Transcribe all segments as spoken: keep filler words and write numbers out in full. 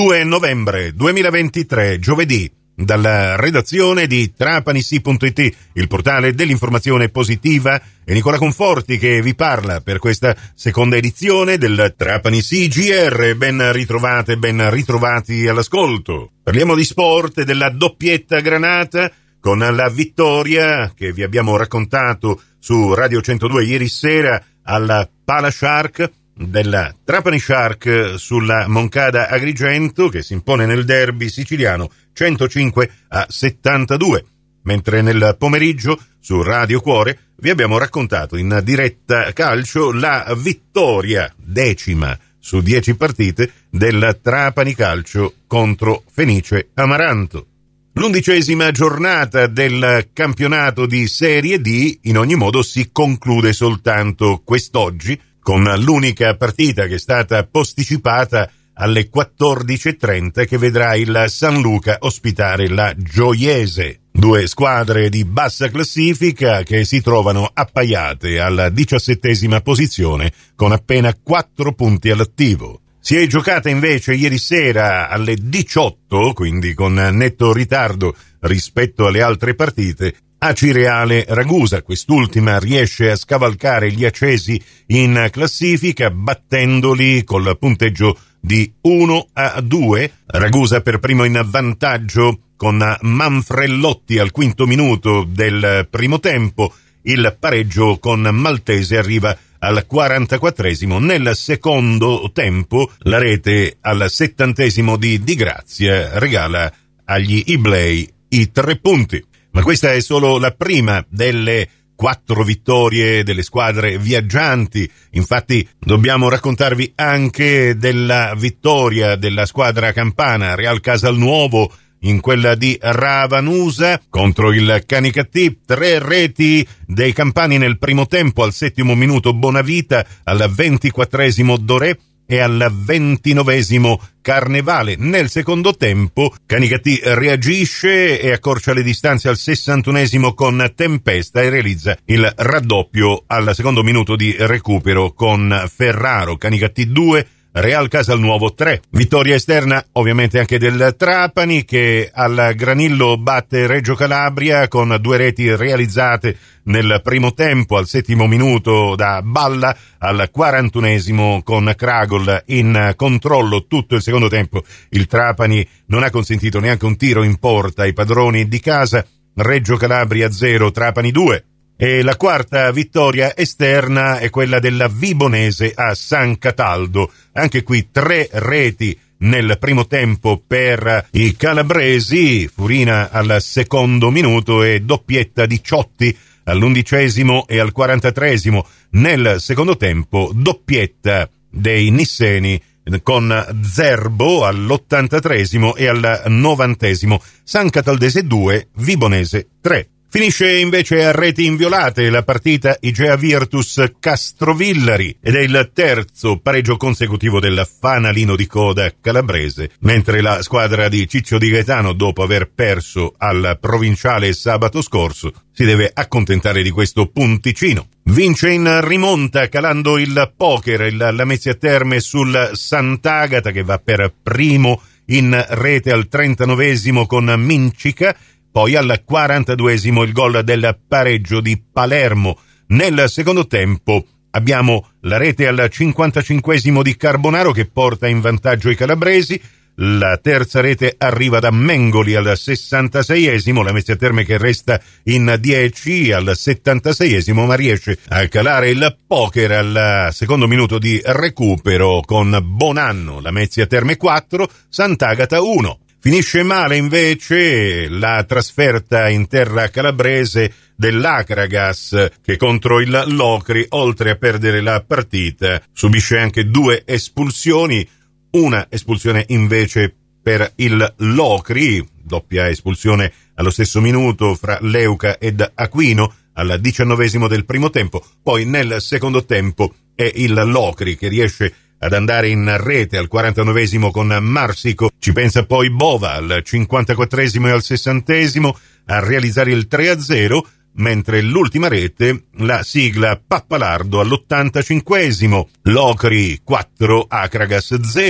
due novembre duemilaventitré, giovedì, dalla redazione di Trapanisi punto it, il portale dell'informazione positiva, è Nicola Conforti che vi parla per questa seconda edizione del Trapanisi G R. Ben ritrovate, ben ritrovati all'ascolto. Parliamo di sport e della doppietta granata con la vittoria che vi abbiamo raccontato su Radio centodue ieri sera alla Pala Shark della Trapani Shark sulla Moncada Agrigento, che si impone nel derby siciliano centocinque a settantadue, mentre nel pomeriggio su Radio Cuore vi abbiamo raccontato in diretta calcio la vittoria decima su dieci partite del Trapani Calcio contro Fenice Amaranto. L'undicesima giornata del campionato di Serie D in ogni modo si conclude soltanto quest'oggi con l'unica partita che è stata posticipata alle quattordici e trenta, che vedrà il San Luca ospitare la Gioiese. Due squadre di bassa classifica che si trovano appaiate alla diciassettesima posizione con appena quattro punti all'attivo. Si è giocata invece ieri sera alle diciotto, quindi con netto ritardo rispetto alle altre partite, Acireale Ragusa. Quest'ultima riesce a scavalcare gli accesi in classifica battendoli col punteggio di uno a due. Ragusa per primo in vantaggio con Manfrellotti al quinto minuto del primo tempo. Il pareggio con Maltese arriva al quarantaquattresimo. Nel secondo tempo la rete al settantesimo di Di Grazia regala agli Iblei i tre punti. Ma questa è solo la prima delle quattro vittorie delle squadre viaggianti. Infatti dobbiamo raccontarvi anche della vittoria della squadra campana Real Casalnuovo in quella di Ravanusa contro il Canicattì. Tre reti dei campani nel primo tempo: al settimo minuto Bonavita, al ventiquattresimo Doré e al ventinovesimo Carnevale. Nel secondo tempo Canicattì reagisce e accorcia le distanze al sessantunesimo con Tempesta e realizza il raddoppio al secondo minuto di recupero con Ferraro. Canicattì due, Real Casalnuovo tre. Vittoria esterna ovviamente anche del Trapani, che al Granillo batte Reggio Calabria con due reti realizzate nel primo tempo: al settimo minuto da Balla, al quarantunesimo con Cragol in controllo tutto il secondo tempo. Il Trapani non ha consentito neanche un tiro in porta ai padroni di casa. Reggio Calabria zero, Trapani due. E la quarta vittoria esterna è quella della Vibonese a San Cataldo. Anche qui tre reti nel primo tempo per i calabresi: Furina al secondo minuto e doppietta di Ciotti all'undicesimo e al quarantatreesimo. Nel secondo tempo doppietta dei nisseni con Zerbo all'ottantatreesimo e al novantesimo. San Cataldese due, Vibonese tre. Finisce invece a reti inviolate la partita Igea Virtus Castrovillari ed è il terzo pareggio consecutivo del fanalino di coda calabrese, mentre la squadra di Ciccio Di Gaetano, dopo aver perso al provinciale sabato scorso, si deve accontentare di questo punticino. Vince in rimonta calando il poker il Lamezia Terme sul Sant'Agata, che va per primo in rete al trentanovesimo con Mincica. Poi al quarantaduesimo il gol del pareggio di Palermo. Nel secondo tempo abbiamo la rete al cinquantacinquesimo di Carbonaro che porta in vantaggio i calabresi. La terza rete arriva da Mengoli al sessantaseiesimo, la Lamezia Terme che resta in dieci al settantaseiesimo, ma riesce a calare il poker al secondo minuto di recupero con Bonanno. Lamezia Terme quattro, Sant'Agata uno. Finisce male invece la trasferta in terra calabrese dell'Acragas, che contro il Locri, oltre a perdere la partita, subisce anche due espulsioni. Una espulsione invece per il Locri, doppia espulsione allo stesso minuto fra Leuca ed Aquino al diciannovesimo del primo tempo. Poi nel secondo tempo è il Locri che riesce ad andare in rete al quarantanovesimo con Marsico. Ci pensa poi Bova al cinquantaquattresimo e al sessantesimo a realizzare il tre a zero, mentre l'ultima rete la sigla Pappalardo all'ottantacinquesimo. Locri quattro, Acragas zero.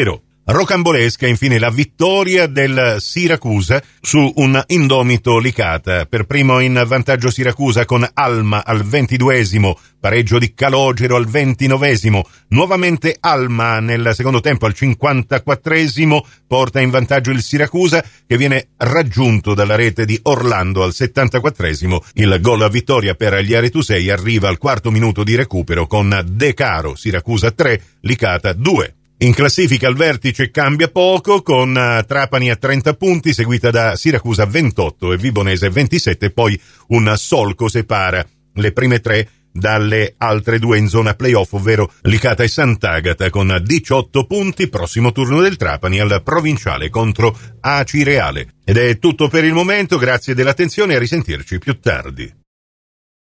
Rocambolesca infine la vittoria del Siracusa su un indomito Licata. Per primo in vantaggio Siracusa con Alma al ventiduesimo, pareggio di Calogero al ventinovesimo, nuovamente Alma nel secondo tempo al cinquantaquattresimo porta in vantaggio il Siracusa, che viene raggiunto dalla rete di Orlando al settantaquattresimo. Il gol a vittoria per gli Aretusei arriva al quarto minuto di recupero con De Caro, Siracusa tre, Licata due. In classifica al vertice cambia poco, con Trapani a trenta punti, seguita da Siracusa ventotto e Vibonese ventisette, poi un solco separa le prime tre dalle altre due in zona playoff, ovvero Licata e Sant'Agata con diciotto punti. Prossimo turno del Trapani al provinciale contro Acireale. Ed è tutto per il momento, grazie dell'attenzione e a risentirci più tardi.